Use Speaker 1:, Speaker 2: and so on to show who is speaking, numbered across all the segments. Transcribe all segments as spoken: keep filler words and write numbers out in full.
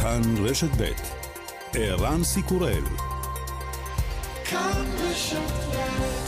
Speaker 1: כאן רשת ב' ערן סיקורל. כאן רשת ב'.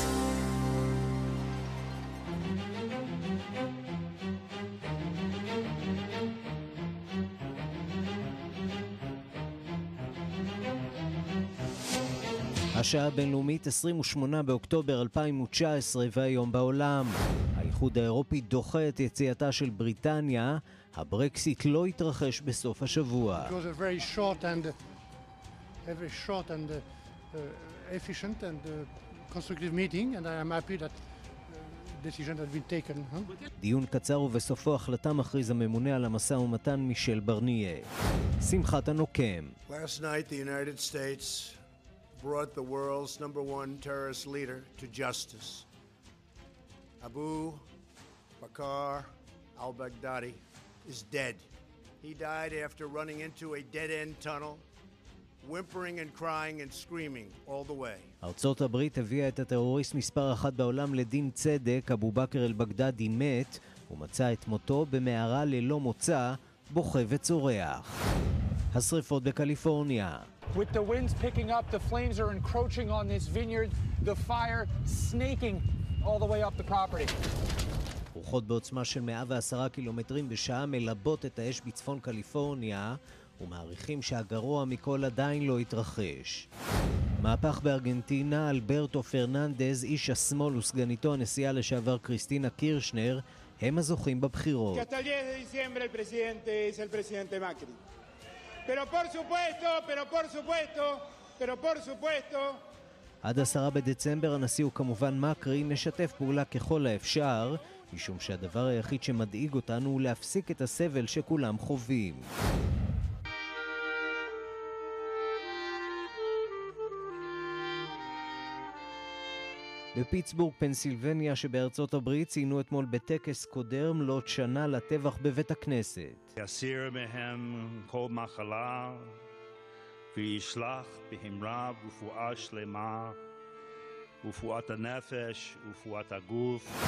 Speaker 2: השעה הבינלאומית עשרים ושמונה באוקטובר אלפיים ותשע עשרה והיום בעולם. האיחוד האירופי דוחה את יציאתה של בריטניה. הברקסיט לא יתרחש בסוף השבוע.
Speaker 3: It was a very short and a very short and uh, efficient and uh, constructive meeting and I am happy that uh, decision has been taken. Huh?
Speaker 2: דיון קצר ובסופו החלטה מכריז הממונה על המשא ומתן מישל ברניה. שמחת הנוקם.
Speaker 4: Last night the United States brought the world's number one terrorist leader to justice. Abu Bakr al-Baghdadi is dead. He died after running into a dead-end tunnel, whimpering and crying and screaming all the way.
Speaker 2: ארצות הברית הביאה את הטרוריסט מספר אחת בעולם לדין צדק. אבו בכר אל-בגדדי מת ומצא את מותו במערה ללא מוצא, בוכה וצורח. השריפות בקליפורניה.
Speaker 5: With the winds picking up, the flames are encroaching on this vineyard, the fire snaking all the way up the property.
Speaker 2: רוחות בעוצמה של מאה ועשרה קילומטרים בשעה מלבות את האש בצפון קליפורניה, ומעריכים שהגרוע מכל עדיין לא יתרחש. מהפך בארגנטינה, אלברטו פרננדז, איש השמאל וסגניתו הנשיאה לשעבר קריסטינה קירשנר, הם הזוכים בבחירות.
Speaker 6: hasta el diez de diciembre el presidente es el presidente Macri. Pero por supuesto, pero por supuesto, pero por supuesto.
Speaker 2: עד עשרה בדצמבר הנשיא הוא כמובן מקרי, נשתף פעולה ככל האפשר, משום שהדבר היחיד שמדאיג אותנו הוא להפסיק את הסבל שכולם חווים. בפיטסבורג, פנסילבניה שבארצות הברית ציינו אתמול בטקס קודר מלאת שנה לטבח בבית הכנסת.
Speaker 7: יסיר מהם כל מחלה וישלח בהמרה רפואה שלמה, רפואת הנפש ורפואת הגוף.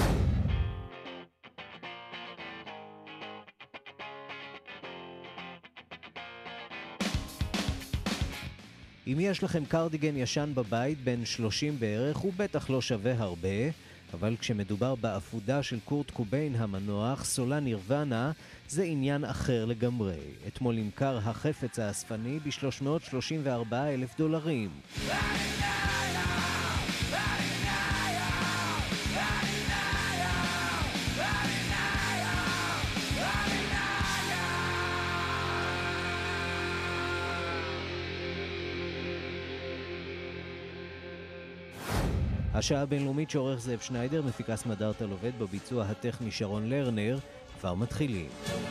Speaker 2: אם יש לכם קרדיגן ישן בבית בין שלושים בערך, הוא בטח לא שווה הרבה, אבל כשמדובר באפודה של קורט קוביין המנוח, סולה נירוונה, זה עניין אחר לגמרי. אתמול נמכר החפץ האספני ב-שלוש מאות שלושים וארבעה אלף דולרים. השעה הבינלאומית שעורך זאב שניידר, מפיקס מדארטל עובד בביצוע הטכני שרון לרנר, כבר מתחילים.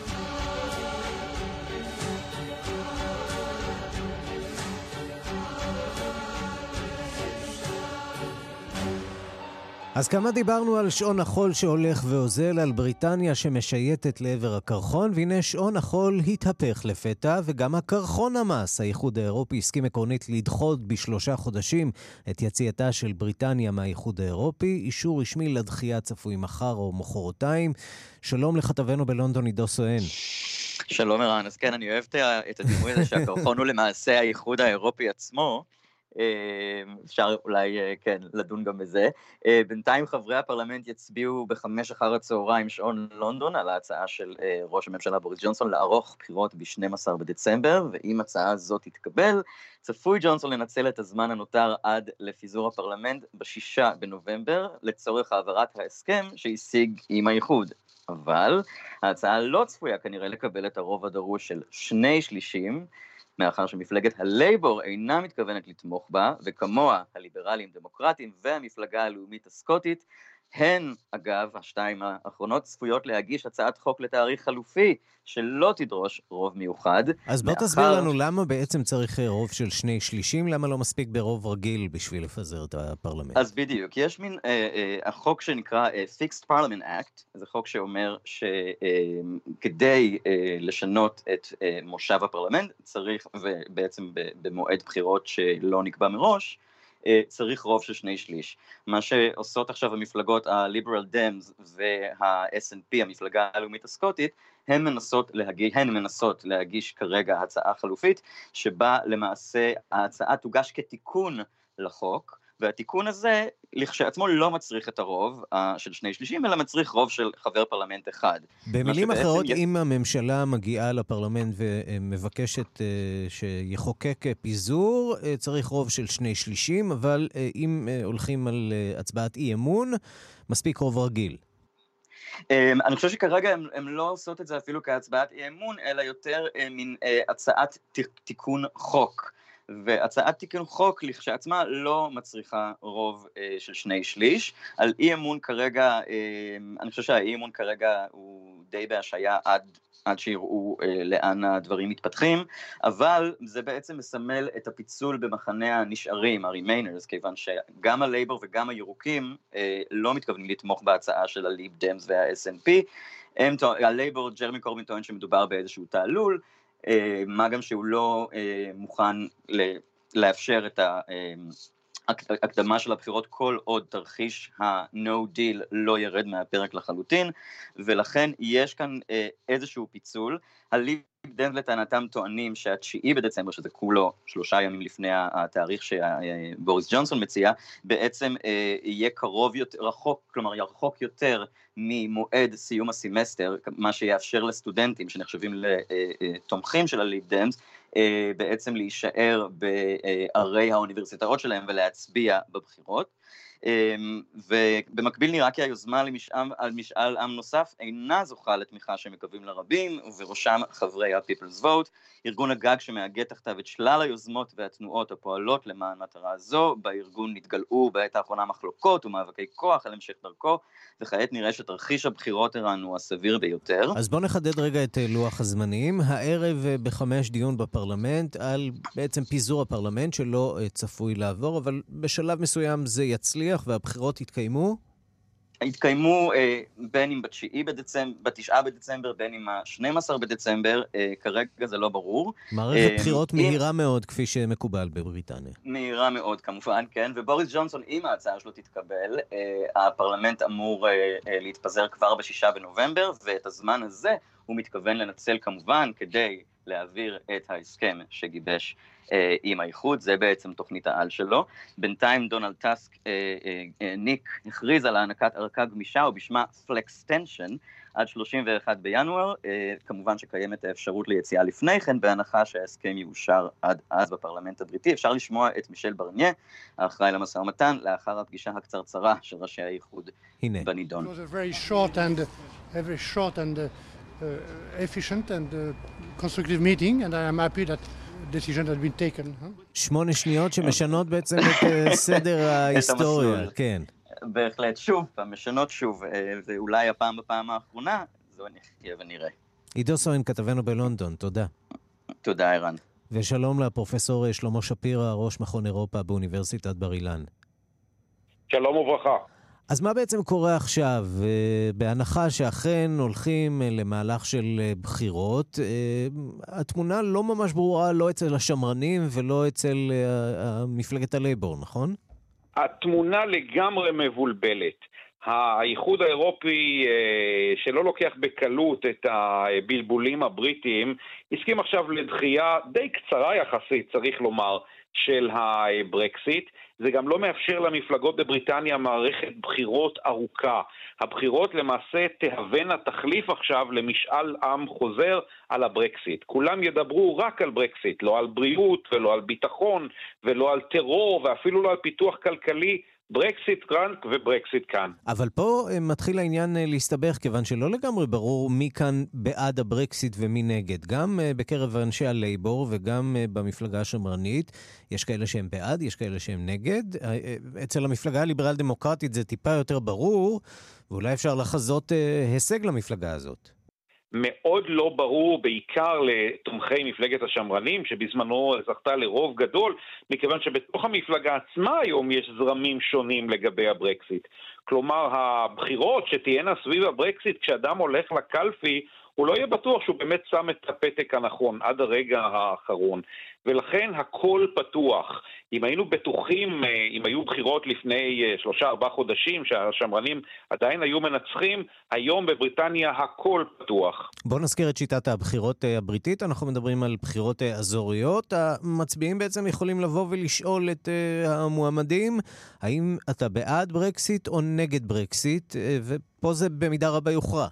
Speaker 2: אז כמה דיברנו על שעון החול שהולך ואוזל, על בריטניה שמשייטת לעבר הקרחון, והנה שעון החול התהפך לפתע, וגם הקרחון המס. האיחוד האירופי הסכים עקרונית לדחות בשלושה חודשים את יציאתה של בריטניה מהאיחוד האירופי. אישור רשמי לדחייה צפוי מחר או מחרתיים. שלום לכתבנו בלונדון עידו סואן.
Speaker 8: שלום ערן, אז כן, אני אוהב את הדימוי הזה שהקרחון הוא למעשה האיחוד האירופי עצמו. אפשר אולי כן לדון גם בזה. בינתיים חברי הפרלמנט יצביעו בחמש אחר הצהריים שעון לונדון על ההצעה של ראש הממשלה בוריס ג'ונסון לערוך בחירות ב-שנים עשר בדצמבר, ואם הצעה הזאת תתקבל, צפוי ג'ונסון לנצל את הזמן הנותר עד לפיזור הפרלמנט בשישה בנובמבר לצורך העברת ההסכם שהשיג עם האיחוד. אבל ההצעה לא צפויה כנראה לקבל את הרוב הדרוש של שני שלישים, מאחר שמפלגת הלייבור אינה מתכוונת לתמוך בה, וכמוה הליברלים דמוקרטים והמפלגה הלאומית הסקוטית, הן אגב, השתיים האחרונות, צפויות להגיש הצעת חוק לתאריך חלופי, שלא תדרוש רוב מיוחד.
Speaker 2: אז בוא מאחר... תסביר לנו למה בעצם צריך רוב של שני שלישים, למה לא מספיק ברוב רגיל בשביל לפזר את הפרלמנט?
Speaker 8: אז בדיוק, יש מין, אה, אה, החוק שנקרא אה, Fixed Parliament Act, זה חוק שאומר שכדי אה, אה, לשנות את אה, מושב הפרלמנט, צריך, ובעצם במועד בחירות שלא נקבע מראש, צריך רוב של שני שליש. מה שעושות עכשיו המפלגות ה-Liberal Dems וה-אס אנד פי, המפלגה הלאומית הסקוטית, הן מנסות להגיש, הן מנסות להגיש כרגע הצעה חלופית, שבה למעשה ההצעה תוגש כתיקון לחוק, והתיקון הזה לכשעצמו לא מצריך את הרוב uh, של שני שלישים, אלא מצריך רוב של חבר פרלמנט אחד.
Speaker 2: במילים אחרות, יש... אם הממשלה מגיעה לפרלמנט ומבקשת uh, שיחוקק פיזור, uh, צריך רוב של שני שלישים, אבל uh, אם uh, הולכים על uh, הצבעת אי אמון, מספיק רוב רגיל.
Speaker 8: Um, אני חושב שכרגע הם, הם לא עושות את זה אפילו כהצבעת אי אמון, אלא יותר uh, מין uh, הצעת ת, תיקון חוק. והצעת תיקון חוק לכשעצמה לא מצריכה רוב אה, של שני שליש. על אי אמון כרגע, אה, אני חושב שהאי אמון כרגע הוא די בהשעיה עד, עד שיראו אה, לאן הדברים מתפתחים, אבל זה בעצם מסמל את הפיצול במחנה הנשארים, ה-Remainers, כיוון שגם הלייבור וגם הירוקים אה, לא מתכוונים לתמוך בהצעה של הליב דמס וה-אס אן פי. הם, הלייבור, ג'רמי קורבין טוען שמדובר באיזשהו תעלול, מה גם שהוא לא מוכן לאפשר את ההקדמה של הבחירות כל עוד תרחיש ה-no deal לא ירד מהפרק לחלוטין, ולכן יש כאן איזשהו פיצול. הליב דמס לטענתם טוענים שהתשיעי בדצמבר, שזה כולו שלושה ימים לפני התאריך שבוריס ג'ונסון מציע, בעצם יהיה קרוב יותר, רחוק, כלומר ירחוק יותר ממועד סיום הסמסטר, מה שיאפשר לסטודנטים שנחשבים לתומכים של הליב דמס, בעצם להישאר בערי האוניברסיטאות שלהם ולהצביע בבחירות. ובמקביל נראה כי היוזמה למשאל, על משאל עם נוסף אינה זוכה לתמיכה שמקווים לרבים, ובראשם חברי ה-People's Vote, ארגון הגג שמאגד תחתיו את שלל היוזמות והתנועות הפועלות למען מטרה זו. בארגון נתגלעו בעת האחרונה מחלוקות ומאבקי כוח על המשך דרכו, וכעת נראה שתרחיש הבחירות איראן הוא הסביר ביותר.
Speaker 2: אז בוא נחדד רגע את לוח הזמנים. הערב בחמש דיון בפרלמנט על בעצם פיזור הפרלמנט שלא צפוי לעבור, אבל בשלב מסוים זה יצליח והבחירות התקיימו?
Speaker 8: התקיימו אה, בין אם בתשיעי בדצמבר, בתשעה בדצמבר, בין אם ה-שנים עשר בדצמבר, אה, כרגע זה לא ברור.
Speaker 2: מערכת אה, בחירות מהירה אם... מאוד, כפי שמקובל בבריטניה.
Speaker 8: מהירה מאוד, כמובן, כן, ובוריס ג'ונסון, אם ההצעה שלו תתקבל, אה, הפרלמנט אמור אה, אה, להתפזר כבר בשישה בנובמבר, ואת הזמן הזה הוא מתכוון לנצל כמובן כדי להעביר את ההסכם שגיבש אה, עם האיחוד. זה בעצם תוכנית העל שלו. בינתיים דונלד טאסק, אה, אה, ניק, הכריז על הענקת ערכה גמישה, ובשמה פלקסטנשן, עד שלושים ואחד בינואר, אה, כמובן שקיימת האפשרות ליציאה לפני כן, בהנחה שההסכם יאושר עד אז בפרלמנט הבריטי. אפשר לשמוע את מישל ברניה, האחראי למשא ומתן, לאחר הפגישה הקצרצרה של ראשי האיחוד בנידון.
Speaker 3: It was a very short and a very short and uh, efficient and uh, constructive meeting, and I am happy that decision has been taken.
Speaker 2: שמונה שניות שמשנות בעצם את סדר ההיסטוריה, כן.
Speaker 8: בהחלט, שוב, משנות שוב, ואולי הפעם בפעם האחרונה, זו נחיה ונראה.
Speaker 2: עידו סואן, כתבנו בלונדון, תודה.
Speaker 8: תודה, ערן.
Speaker 2: ושלום לפרופסור שלמה שפירא, ראש מכון אירופה באוניברסיטת בר אילן.
Speaker 9: שלום וברכה.
Speaker 2: אז מה בעצם קורה עכשיו? בהנחה שאכן הולכים למהלך של בחירות, התמונה לא ממש ברורה, לא אצל השמרנים ולא אצל מפלגת הלייבור, נכון?
Speaker 9: התמונה לגמרי מבולבלת. האיחוד האירופי, שלא לוקח בקלות את הבלבולים הבריטיים, הסכים עכשיו לדחייה די קצרה יחסית, צריך לומר, של הברקסיט. זה גם לא מאפשר למפלגות בבריטניה מערכת בחירות ארוכה. הבחירות למעשה תהוונה תחליף עכשיו למשאל עם חוזר על הברקסיט. כולם ידברו רק על ברקסיט, לא על בריאות ולא על ביטחון ולא על טרור ואפילו לא על פיתוח כלכלי. ברקסיט כאן וברקסיט כאן.
Speaker 2: אבל פה מתחיל העניין להסתבך, כיוון שלא לגמרי ברור מי כאן בעד הברקסיט ומי נגד. גם בקרב אנשי הלייבור וגם במפלגה השמרנית, יש כאלה שהם בעד, יש כאלה שהם נגד. אצל המפלגה הליברל דמוקרטית זה טיפה יותר ברור, ואולי אפשר לחזות הישג למפלגה הזאת.
Speaker 9: מאוד לא ברור, בעיקר לתומכי מפלגת השמרנים, שבזמנו זכתה לרוב גדול, מכיוון שבתוך המפלגה עצמה היום יש זרמים שונים לגבי הברקסיט. כלומר, הבחירות שתהיינה סביב הברקסיט, כשאדם הולך לקלפי, הוא לא יהיה בטוח שהוא באמת שם את הפתק הנכון עד הרגע האחרון. ולכן הכל פתוח. אם היינו בטוחים, אם היו בחירות לפני שלושה ארבעה חודשים, שהשמרנים עדיין היו מנצחים, היום בבריטניה הכל פתוח.
Speaker 2: בוא נזכיר את שיטת הבחירות הבריטית. אנחנו מדברים על בחירות אזוריות. המצביעים בעצם יכולים לבוא ולשאול את המועמדים, האם אתה בעד ברקסיט או נגד ברקסיט, ופה זה במידה רבה יוכרע.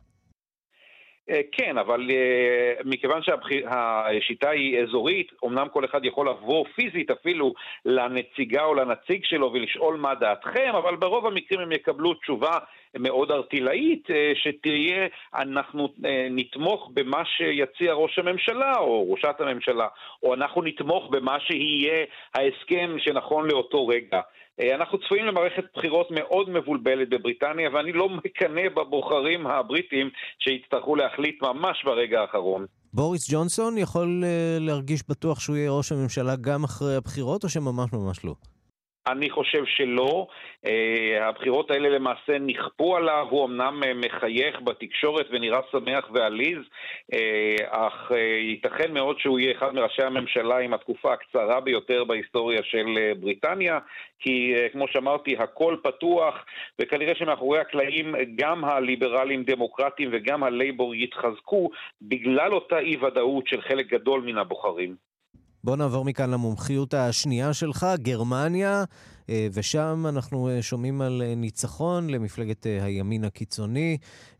Speaker 9: כן, אבל מכיוון שהשיטה היא אזורית, אמנם כל אחד יכול לבוא פיזית אפילו לנציגה או לנציג שלו ולשאול מה דעתכם, אבל ברוב המקרים הם יקבלו תשובה מאוד ארטילאית, שתהיה, אנחנו נתמוך במה שיציע ראש הממשלה או ראשת הממשלה, או אנחנו נתמוך במה שיהיה ההסכם שנכון לאותו רגע. אנחנו צפויים למערכת בחירות מאוד מבולבלת בבריטניה, ואני לא מקנה בבוחרים הבריטים שיצטרכו להחליט ממש ברגע האחרון.
Speaker 2: בוריס ג'ונסון יכול להרגיש בטוח שהוא יהיה ראש הממשלה גם אחרי הבחירות, או שממש ממש לא?
Speaker 9: אני חושב שלא. הבחירות האלה למעשה נכפו עליו, הוא אמנם מחייך בתקשורת ונראה שמח ועליז, אך ייתכן מאוד שהוא יהיה אחד מראשי הממשלה עם התקופה הקצרה ביותר בהיסטוריה של בריטניה, כי כמו שאמרתי, הכל פתוח, וכנראה שמאחורי הקלעים גם הליברלים דמוקרטים וגם הלייבור יתחזקו בגלל אותה אי ודאות של חלק גדול מן הבוחרים.
Speaker 2: בוא נעבור מכאן למומחיות השנייה שלך, גרמניה, ושם אנחנו שומעים על ניצחון למפלגת הימין הקיצוני,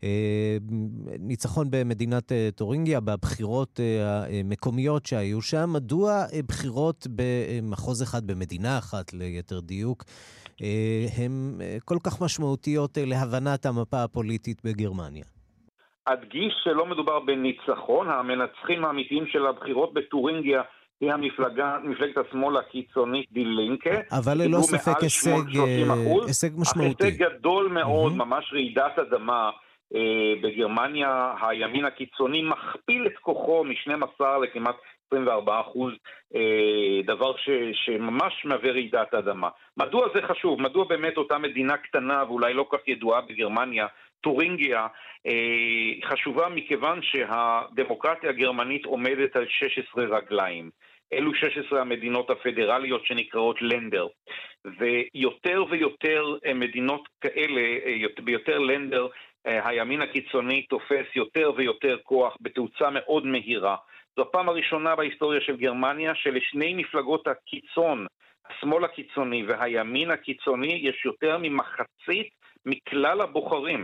Speaker 2: ניצחון במדינת תורינגיה, בבחירות המקומיות שהיו שם. מדוע בחירות במחוז אחד, במדינה אחת ליתר דיוק, הן כל כך משמעותיות להבנת המפה הפוליטית בגרמניה?
Speaker 9: אדגיש שלא מדובר בניצחון, המנצחים האמיתיים של הבחירות בתורינגיה היא המפלגה, מפלגת השמאל הקיצונית די לינקה.
Speaker 2: אבל ללא ספק הישג, הישג משמעותי.
Speaker 9: הישג גדול מאוד, mm-hmm. ממש רעידת אדמה. אה, בגרמניה הימין הקיצוני מכפיל את כוחו מ-שנים עשר לכמעט עשרים וארבעה אחוז, אה, דבר ש, שממש מהווה רעידת אדמה. מדוע זה חשוב? מדוע באמת אותה מדינה קטנה ואולי לא כך ידועה בגרמניה, תורינגיה, אה, חשובה מכיוון שהדמוקרטיה הגרמנית עומדת על שש עשרה רגליים. אלו שש עשרה המדינות הפדרליות שנקראות לנדר, ויותר ויותר מדינות כאלה, ביותר לנדר, הימין הקיצוני תופס יותר ויותר כוח בתאוצה מאוד מהירה. זו הפעם הראשונה בהיסטוריה של גרמניה שלשני מפלגות הקיצון, השמאל הקיצוני והימין הקיצוני, יש יותר ממחצית מכלל הבוחרים.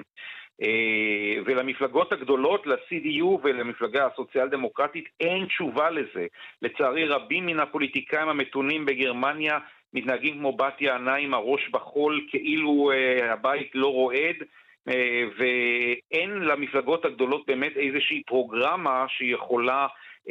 Speaker 9: ולמפלגות הגדולות, ל-סי די יו ולמפלגה הסוציאל דמוקרטית, אין תשובה לזה. לצערי רבים מן הפוליטיקאים המתונים בגרמניה מתנהגים כמו בת יענה עם הראש בחול, כאילו הבית לא רועד, ואין למפלגות הגדולות באמת איזושהי פרוגרמה שיכולה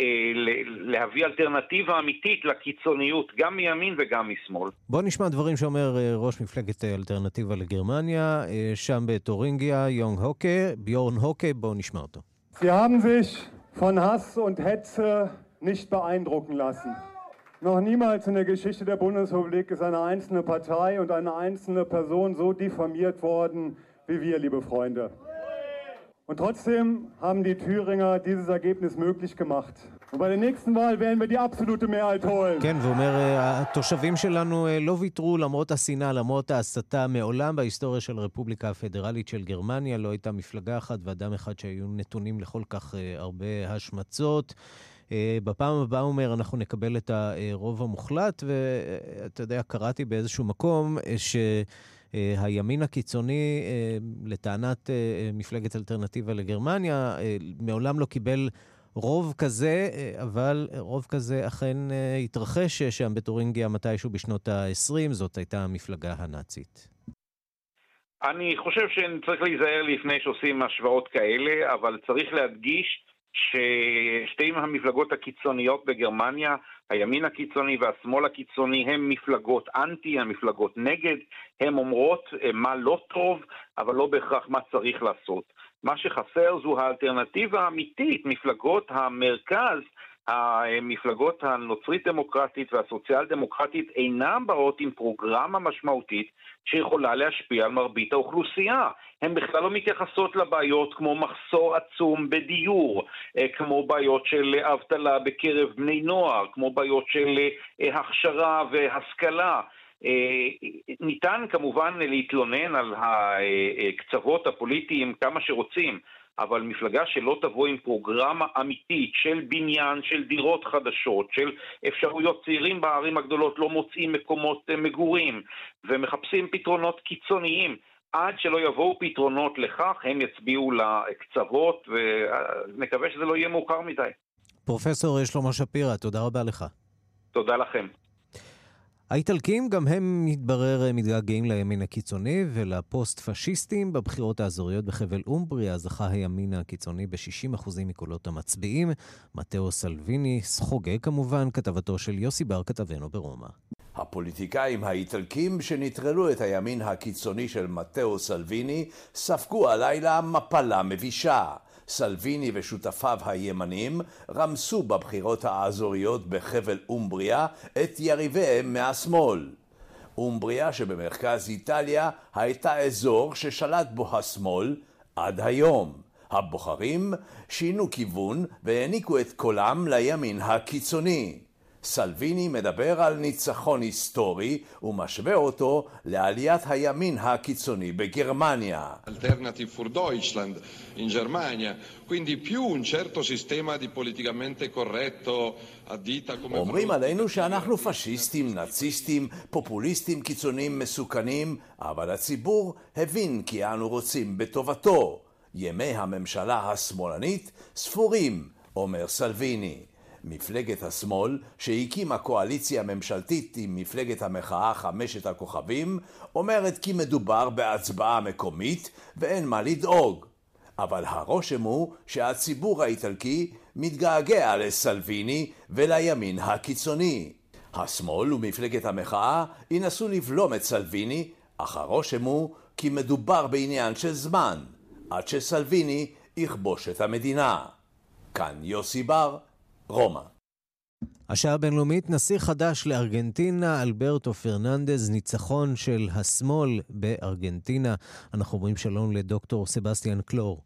Speaker 9: להביא אלטרנטיבה אמיתית לקיצוניות, גם מימין וגם משמאל.
Speaker 2: בוא נשמע דברים שאומר ראש מפלגת אלטרנטיבה לגרמניה, שם בתורינגיה, יונג הוקה, ביורן הוקה, בואו נשמע אותו.
Speaker 10: Sie haben sich von Hass und Hetze nicht beeindrucken lassen. Noch niemals in der Geschichte der Bundesrepublik ist eine einzelne Partei und eine einzelne Person so diffamiert worden wie wir, liebe Freunde. Und trotzdem haben die Thüringer dieses Ergebnis möglich gemacht. Und bei der nächsten Wahl werden wir die absolute Mehrheit holen.
Speaker 2: כן, ואומר, התושבים שלנו לא ויתרו למרות השנאה, למרות ההסתה. מעולם בהיסטוריה של הרפובליקה הפדרלית של גרמניה לא הייתה מפלגה אחת ואדם אחד שהיו נתונים לכל כך הרבה השמצות. בפעם הבאה אומר, אנחנו נקבל את הרוב המוחלט, ואתה יודע, קראתי באיזשהו מקום ש... הימין הקיצוני, לטענת מפלגת אלטרנטיבה לגרמניה, מעולם לא קיבל רוב כזה, אבל רוב כזה אכן התרחש שם בתורינגיה מתישהו בשנות ה-עשרים, זאת הייתה המפלגה הנאצית.
Speaker 9: אני חושב שצריך להיזהר לפני שעושים השוואות כאלה, אבל צריך להדגיש ששתי המפלגות הקיצוניות בגרמניה, הימין הקיצוני והשמאל הקיצוני, הם מפלגות אנטי, הם מפלגות נגד, הם אומרות מה לא טוב, אבל לא בהכרח מה צריך לעשות. מה שחסר זו האלטרנטיבה האמיתית, מפלגות המרכז המפלגות הנוצרית דמוקרטית והסוציאל דמוקרטית אינם באות עם פרוגרמה משמעותית שיכולה להשפיע על מרבית האוכלוסייה. הן בכלל לא מתייחסות לבעיות כמו מחסור עצום בדיור, כמו בעיות של אבטלה בקרב בני נוער, כמו בעיות של הכשרה והשכלה. ניתן כמובן להתלונן על הקצוות הפוליטיים כמה שרוצים, אבל מפלגה שלא תבוא עם פרוגרמה אמיתית של בניין, של דירות חדשות, של אפשרויות, צעירים בערים הגדולות לא מוצאים מקומות מגורים ומחפשים פתרונות קיצוניים, עד שלא יבואו פתרונות לכך הם יצביעו לקצוות, ונקווה שזה לא יהיה מאוחר מדי.
Speaker 2: פרופסור שלמה שפירא, תודה רבה לך.
Speaker 9: תודה לכם.
Speaker 2: האיטלקים גם הם מתברר מתגעגעים לימין הקיצוני ולפוסט-פשיסטים. בבחירות האזוריות בחבל אומבריה זכה הימין הקיצוני ב-שישים אחוז מקולות המצביעים. מתאו סלוויני חוגג כמובן, כתבתו של יוסי בר כתבנו ברומא.
Speaker 11: הפוליטיקאים האיטלקים שנטרלו את הימין הקיצוני של מתאו סלוויני ספגו הלילה מפלה מבישה. סלוויני ושותפיו הימנים רמסו בבחירות האזוריות בחבל אומבריה את יריביהם מהשמאל. אומבריה שבמרכז איטליה הייתה אזור ששלט בו השמאל עד היום. הבוחרים שינו כיוון והעניקו את קולם לימין הקיצוני. סלוויני מדבר על ניצחון היסטורי ומשווה אותו לעליית הימין הקיצוני בגרמניה.
Speaker 12: Alternative für Deutschland in Germania, quindi più un certo sistema di politicamente corretto addita come
Speaker 11: אומרים עלינו שאנחנו פשיסטים, נאציסטים, פופוליסטים קיצוניים מסוכנים, אבל הציבור הבין כי אנו רוצים בטובתו. ימי הממשלה השמאלנית ספורים, אומר סלוויני. מפלגת השמאל, שהקימה קואליציה ממשלתית עם מפלגת המחאה חמשת הכוכבים, אומרת כי מדובר בהצבעה מקומית ואין מה לדאוג. אבל הרושם הוא שהציבור האיטלקי מתגעגע לסלוויני ולימין הקיצוני. השמאל ומפלגת המחאה ינסו לבלום את סלוויני, אך הרושם הוא כי מדובר בעניין של זמן, עד שסלוויני יכבוש את המדינה. כאן יוסי בר, רומא.
Speaker 2: השעה הבינלאומית, נשיא חדש לארגנטינה, אלברטו פרננדז, ניצחון של השמאל בארגנטינה. אנחנו אומרים שלום לדוקטור סבסטיאן קלור.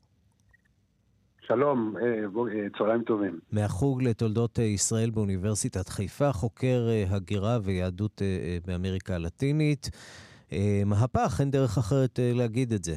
Speaker 13: שלום, צהריים טובים.
Speaker 2: מהחוג לתולדות ישראל באוניברסיטת חיפה, חוקר הגירה ויהדות באמריקה הלטינית. מהפך, אין דרך אחרת להגיד את זה.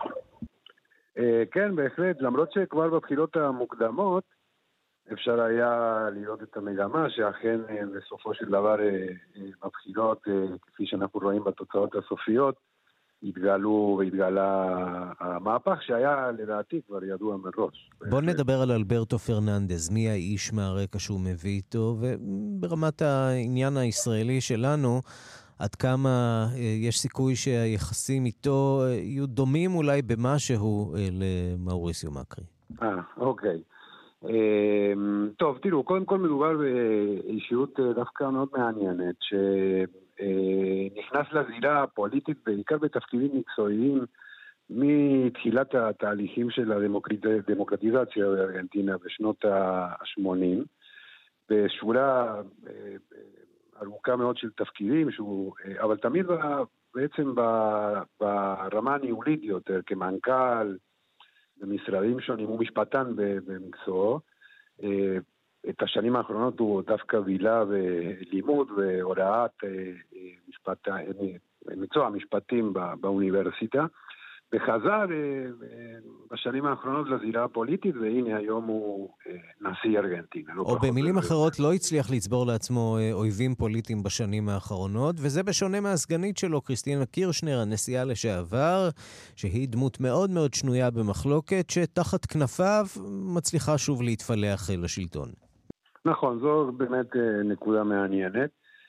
Speaker 13: כן, בהחלט, למרות שכבר בבחירות המוקדמות, אפשר היה לראות את המגמה שאכן בסופו של דבר בבחירות, כפי שאנחנו רואים בתוצאות הסופיות, התגלו והתגלה המהפך שהיה לדעתי כבר ידוע מראש.
Speaker 2: בוא נדבר על אלברטו פרננדז, מי האיש מהרקע שהוא מביא איתו, וברמת העניין הישראלי שלנו, עד כמה יש סיכוי שהיחסים איתו יהיו דומים אולי במשהו למאוריסיו מקרי.
Speaker 13: אה, אוקיי. טוב, תראו, קודם כל מדובר באישיות דווקא מאוד מעניינת, שנכנס לזירה הפוליטית בעיקר בתפקידים מקצועיים מתחילת התהליכים של הדמוקרטיזציה בארגנטינה בשנות ה-שמונים, בשורה ארוכה מאוד של תפקידים, שהוא, אבל תמיד בעצם ברמה הניהולית יותר, כמנכ"ל, במשרדים שונים, הוא משפטן במקצועו. את השנים האחרונות הוא דווקא בילה בלימוד והוראת משפט, מקצוע המשפטים באוניברסיטה, וחזר בשנים האחרונות לזירה הפוליטית, והנה היום הוא נשיא ארגנטינה.
Speaker 2: או במילים אחרות, לא הצליח לצבור לעצמו אויבים פוליטיים בשנים האחרונות, וזה בשונה מהסגנית שלו, קריסטינה קירשנר, הנשיאה לשעבר, שהיא דמות מאוד מאוד שנויה במחלוקת, שתחת כנפיו מצליחה שוב להתפלח לשלטון.
Speaker 13: נכון, זו באמת נקודה מעניינת.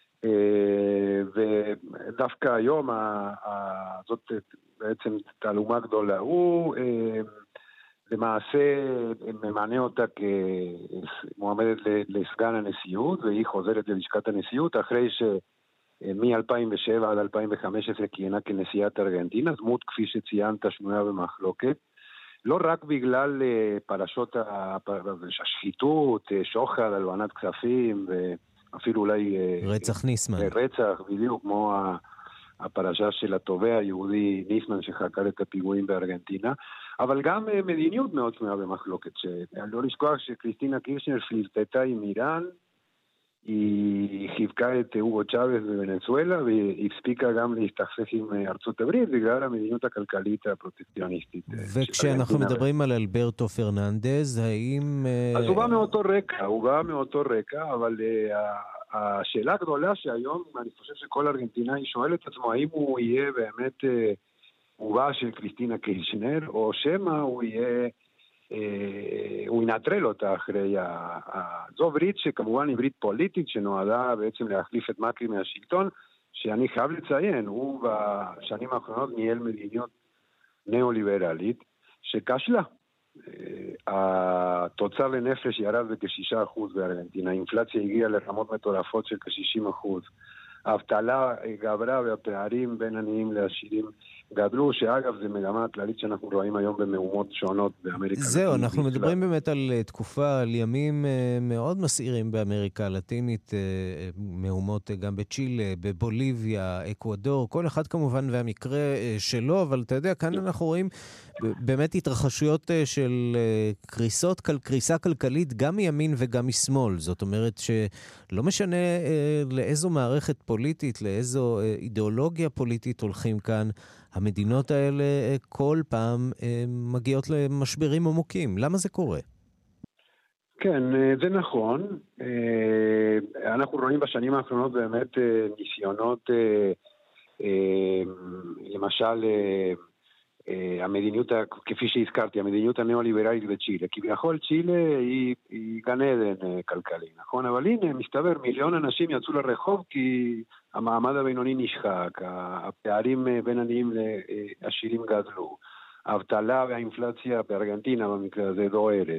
Speaker 13: ודווקא היום זאת בעצם תעלומה גדולה. הוא למעשה ממנה אותה כמועמדת לסגן הנשיאות, והיא חוזרת ללשכת הנשיאות אחרי שמ-אלפיים ושבע עד אלפיים וחמש עשרה כיהנה כנשיאת ארגנטינה, דמות כפי שציינת שנויה במחלוקת. לא רק בגלל פרשות השחיתות, שוחד, הלבנת כספים, ואפילו אולי...
Speaker 2: רצח ניסמן.
Speaker 13: רצח, בדיוק, כמו הפרשה של התובע היהודי ניסמן שחקר את הפיגועים בארגנטינה, אבל גם מדיניות מאוד שנויה במחלוקת. לא לשכוח שקריסטינה קירשנר פלירטטה עם איראן, היא חיבקה את אוגו צ'אבס בוונצואלה, והיא הספיקה גם להסתכסך עם ארצות הברית בגלל המדיניות הכלכלית הפרוטקציוניסטית.
Speaker 2: וכשאנחנו מדברים על אלברטו פרננדז, האם...
Speaker 13: אז הוא בא מאותו רקע, הוא בא מאותו רקע, אבל השאלה הגדולה שהיום, אני חושב שכל ארגנטינאי שואל את עצמו, האם הוא יהיה באמת הובה של קריסטינה קירשנר, או שמא הוא יהיה... הוא ינטרל אותה אחרי זו ברית שכמובן היא ברית פוליטית שנועדה בעצם להחליף את מקרי מהשלטון, שאני חייב לציין, הוא בשנים האחרונות ניהל מדיניות נאו-ליברלית שכשלה. התוצר לנפש ירד בכ-שישה אחוז בארגנטינה, האינפלציה הגיעה לרמות מטורפות של כ-שישים אחוז, האבטלה גברה והפערים בין עניים לעשירים גדלו, שאגב זה מגמה כללית שאנחנו רואים היום במהומות שונות באמריקה.
Speaker 2: זהו, אנחנו מדברים באמת על תקופה, על ימים מאוד מסעירים באמריקה הלטינית, מהומות גם בצ'ילה, בבוליביה, אקוודור, כל אחד כמובן והמקרה שלו, אבל אתה יודע, כאן אנחנו רואים באמת התרחשויות של קריסות, קריסה כלכלית גם מימין וגם משמאל. זאת אומרת שלא משנה לאיזו מערכת פוליטית, לאיזו אידיאולוגיה פוליטית הולכים כאן, המדינות האלה כל פעם מגיעות למשברים עמוקים. למה זה קורה?
Speaker 13: כן, זה נכון. אנחנו רואים בשנים האחרונות באמת ניסיונות, למשל, המדיניות, כפי שהזכרתי, המדיניות הנאו-ליברלית בצ'ילה. כביכול צ'ילה היא, היא גן עדן כלכלי, נכון? אבל הנה, מסתבר, מיליון אנשים יצאו לרחוב כי המעמד הבינוני נשחק, הפערים בין עניים לעשירים גדלו, האבטלה והאינפלציה בארגנטינה במקרה הזה דוהרת.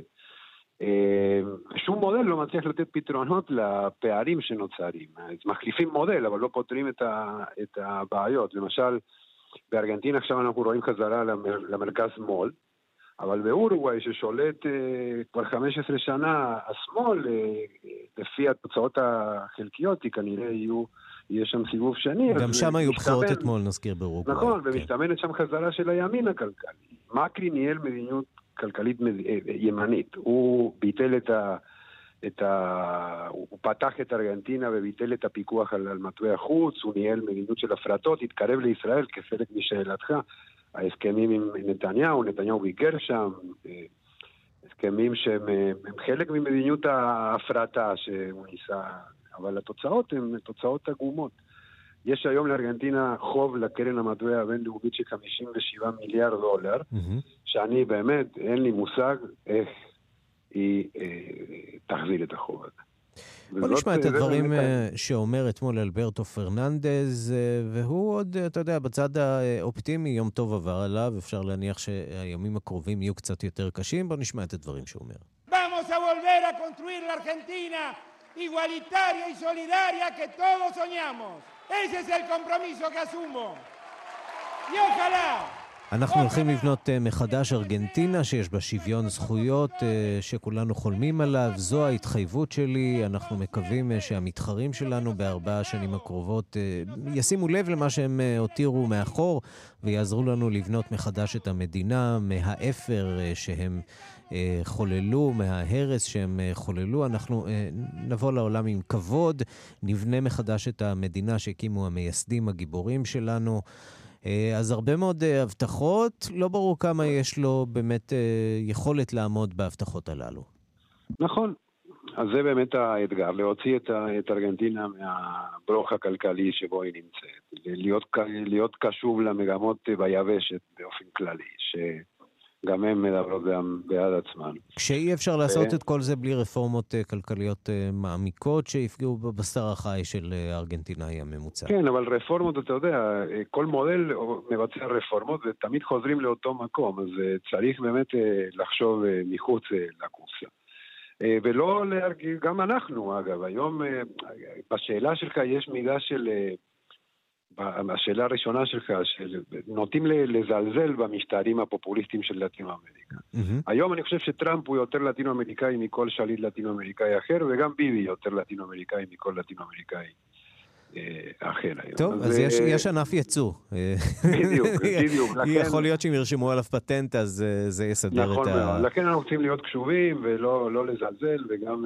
Speaker 13: שום מודל לא מצליח לתת פתרונות לפערים שנוצרים. אז מחליפים מודל, אבל לא פותרים את, ה, את הבעיות. למשל, בארגנטינה עכשיו אנחנו רואים חזרה למר, למרכז שמאל, אבל באורוגוואי ששולט uh, כבר חמש עשרה שנה, השמאל, uh, לפי התוצאות החלקיות, כי כנראה יהיו, יהיה שם סיבוב שני.
Speaker 2: גם שם היו בחירות אתמול, נזכיר באורוגוואי.
Speaker 13: נכון, כן. ומסתמנת שם חזרה של הימין הכלכלי. מקרי ניהל מדיניות כלכלית ימנית. הוא ביטל את ה... את ה... הוא פתח את ארגנטינה וביטל את הפיקוח על, על מטבע חוץ, הוא ניהל מדיניות של הפרטות, התקרב לישראל כחלק משאלתך, ההסכמים עם נתניהו, נתניהו ביקר שם, הסכמים שהם חלק ממדיניות ההפרטה שהוא ניסה, אבל התוצאות הן תוצאות עגומות. יש היום לארגנטינה חוב לקרן המטבע הבינלאומית של חמישים ושבעה מיליארד דולר, mm-hmm. שאני באמת, אין לי מושג איך היא תחזיר את החוב הזה.
Speaker 2: בוא נשמע את הדברים שאומר אתמול אלברטו פרננדז, והוא עוד, אתה יודע, בצד האופטימי, יום טוב עבר עליו, אפשר להניח שהימים הקרובים יהיו קצת יותר קשים. בוא נשמע את הדברים שהוא אומר.
Speaker 6: Vamos a volver a construir la Argentina igualitaria y solidaria que todos soñamos. Ese es el compromiso que asumo. Y ojalá
Speaker 2: אנחנו הולכים לבנות מחדש ארגנטינה שיש בה שוויון זכויות שכולנו חולמים עליו. זו ההתחייבות שלי. אנחנו מקווים שהמתחרים שלנו בארבע השנים הקרובות ישימו לב למה שהם הותירו מאחור ויעזרו לנו לבנות מחדש את המדינה מהאפר שהם חוללו, מההרס שהם חוללו. אנחנו נבוא לעולם עם כבוד, נבנה מחדש את המדינה שהקימו המייסדים הגיבורים שלנו. אז הרבה מאוד הבטחות, לא ברור כמה יש לו באמת יכולת לעמוד בהבטחות הללו.
Speaker 13: נכון, אז זה באמת האתגר, להוציא את, את ארגנטינה מהברוך הכלכלי שבו היא נמצאת, להיות, להיות קשוב למגמות ביבשת באופן כללי, שגם הם מדברות בעד עצמן.
Speaker 2: כשאי אפשר לעשות את כל זה בלי רפורמות כלכליות מעמיקות שיפגעו בבשר החי של הארגנטינאי הממוצע.
Speaker 13: כן, אבל רפורמות, אתה יודע, כל מודל מבצע רפורמות ותמיד חוזרים לאותו מקום, אז צריך באמת לחשוב מחוץ לקופסה. ולא להרגיש, גם אנחנו אגב, היום בשאלה שלך יש מידה של השאלה הראשונה שלך, שנוטים לזלזל במשטרים הפופוליסטיים של לטינו אמריקה. Mm-hmm. היום אני חושב שטראמפ הוא יותר לטינו אמריקאי מכל שליט לטינו אמריקאי אחר, וגם ביבי יותר לטינו אמריקאי מכל לטינו אמריקאי אחר היום.
Speaker 2: טוב, אז, אז יש, יש ענף יצוא.
Speaker 13: בדיוק, בדיוק.
Speaker 2: יכול להיות שאם ירשמו עליו פטנט, אז זה יסדר
Speaker 13: נכון
Speaker 2: את ה...
Speaker 13: נכון, לכן אנחנו רוצים להיות קשובים ולא לא לזלזל, וגם...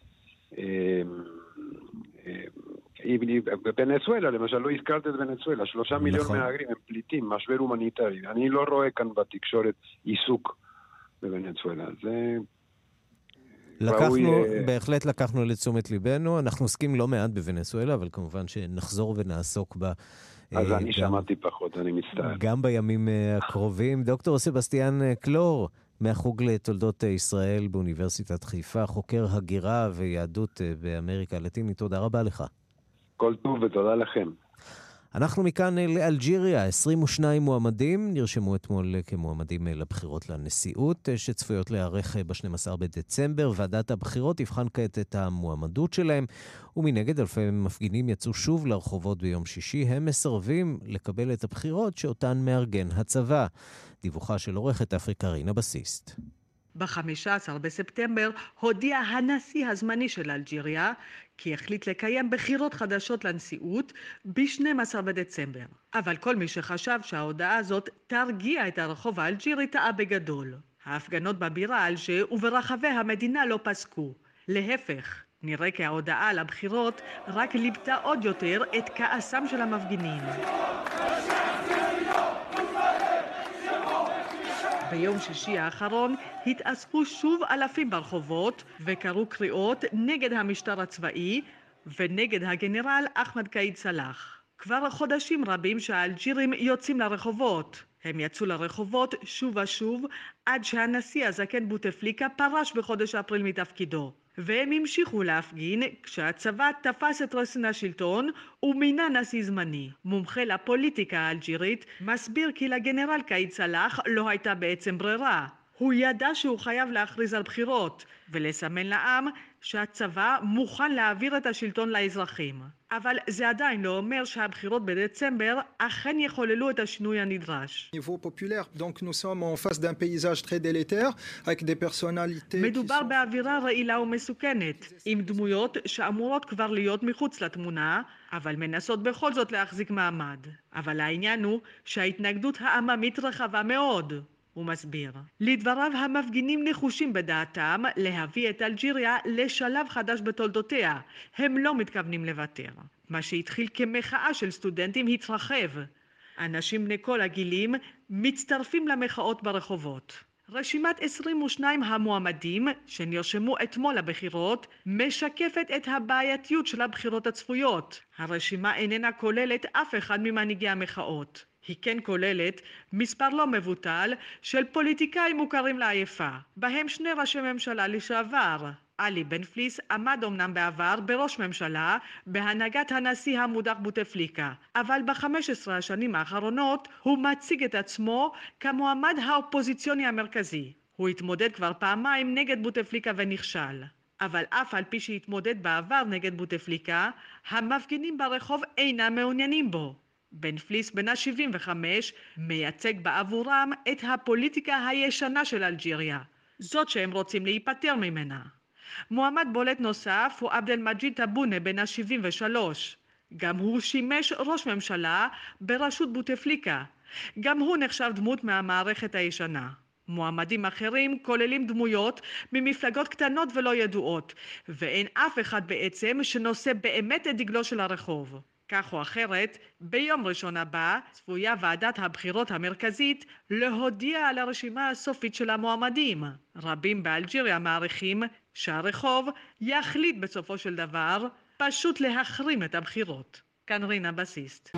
Speaker 13: בוונצואלה, למשל, לא הזכרת את ונצואלה, שלושה מיליון מהגרים הם פליטים, משבר הומניטרי. אני לא רואה כאן בתקשורת עיסוק בוונצואלה. זה...
Speaker 2: לקחנו, בהחלט לקחנו לתשומת ליבנו, אנחנו עוסקים לא מעט בוונצואלה, אבל כמובן שנחזור ונעסוק בה.
Speaker 13: אז אני שמעתי פחות, אני מצטער.
Speaker 2: גם בימים הקרובים. דוקטור סבסטיאן קלור, מהחוג לתולדות ישראל באוניברסיטת חיפה, חוקר הגירה ויהדות באמריקה הלטינית, תודה רבה לך.
Speaker 13: כל טוב ותודה לכם.
Speaker 2: אנחנו מכאן לאלג'יריה, עשרים ושניים מועמדים נרשמו אתמול כמועמדים לבחירות לנשיאות שצפויות להיערך ב-שנים עשר בדצמבר. ועדת הבחירות תבחן כעת את המועמדות שלהם, ומנגד אלפי מפגינים יצאו שוב לרחובות ביום שישי. הם מסרבים לקבל את הבחירות שאותן מארגן הצבא. דיווחה של עורכת אפריקה רינה בסיסט.
Speaker 14: ב-חמישה עשר בספטמבר הודיע הנשיא הזמני של אלג'יריה כי החליט לקיים בחירות חדשות לנשיאות ב-שנים עשר בדצמבר. אבל כל מי שחשב שההודעה הזאת תרגיע את הרחוב האלג'ירי טעה בגדול. ההפגנות בבירה אלג'יר וברחבי המדינה לא פסקו. להפך, נראה כי ההודעה על הבחירות רק ליבתה עוד יותר את כעסם של המפגינים. ביום שישי האחרון התאספו שוב אלפים ברחובות וקראו קריאות נגד המשטר הצבאי ונגד הגנרל אחמד קאיד סלאח. כבר חודשים רבים שהאלג'ירים יוצאים לרחובות. הם יצאו לרחובות שוב ושוב עד שהנשיא הזקן בוטפליקה פרש בחודש אפריל מתפקידו. והם המשיכו להפגין כשהצבא תפס את רסן השלטון ומינה נשיא זמני. מומחה לפוליטיקה האלג'ירית מסביר כי לגנרל קאיד סלאח לא הייתה בעצם ברירה. הוא ידע שהוא חייב להכריז על בחירות ולסמן לעם שהצבא מוכן להעביר את השלטון לאזרחים. אבל זה עדיין לא אומר שהבחירות בדצמבר אכן יחוללו את השינוי הנדרש. מדובר באווירה רעילה ומסוכנת, עם דמויות שאמורות כבר להיות מחוץ לתמונה, אבל מנסות בכל זאת להחזיק מעמד. אבל העניין הוא שההתנגדות העממית רחבה מאוד. הוא מסביר. לדבריו המפגינים נחושים בדעתם להביא את אלג'יריה לשלב חדש בתולדותיה. הם לא מתכוונים לוותר. מה שהתחיל כמחאה של סטודנטים התרחב. אנשים בני כל הגילים מצטרפים למחאות ברחובות. רשימת עשרים ושניים המועמדים שנרשמו אתמול לבחירות משקפת את הבעייתיות של הבחירות הצפויות. הרשימה איננה כוללת אף אחד ממנהיגי המחאות. היא כן כוללת מספר לא מבוטל של פוליטיקאים מוכרים לעייפה, בהם שני ראשי ממשלה לשעבר. עלי בן פליס עמד אמנם בעבר בראש ממשלה בהנהגת הנשיא המודח בוטפליקה, אבל ב-חמש עשרה השנים האחרונות הוא מציג את עצמו כמועמד האופוזיציוני המרכזי. הוא התמודד כבר פעמיים נגד בוטפליקה ונכשל. אבל אף על פי שהתמודד בעבר נגד בוטפליקה, המפגינים ברחוב אינם מעוניינים בו. בן פליס בן ה-שבעים וחמש מייצג בעבורם את הפוליטיקה הישנה של אלג'יריה, זאת שהם רוצים להיפטר ממנה. מועמד בולט נוסף הוא עבדל מג'יד טבונה בן ה-שבעים ושלוש. גם הוא שימש ראש ממשלה בראשות בוטפליקה. גם הוא נחשב דמות מהמערכת הישנה. מועמדים אחרים כוללים דמויות ממפלגות קטנות ולא ידועות, ואין אף אחד בעצם שנושא באמת את דגלו של הרחוב. כך או אחרת, ביום ראשון הבא צפויה ועדת הבחירות המרכזית להודיע על הרשימה הסופית של המועמדים. רבים באלג'יריה מעריכים שהרחוב יחליט בסופו של דבר פשוט להחרים את הבחירות. כאן רינה בסיסט.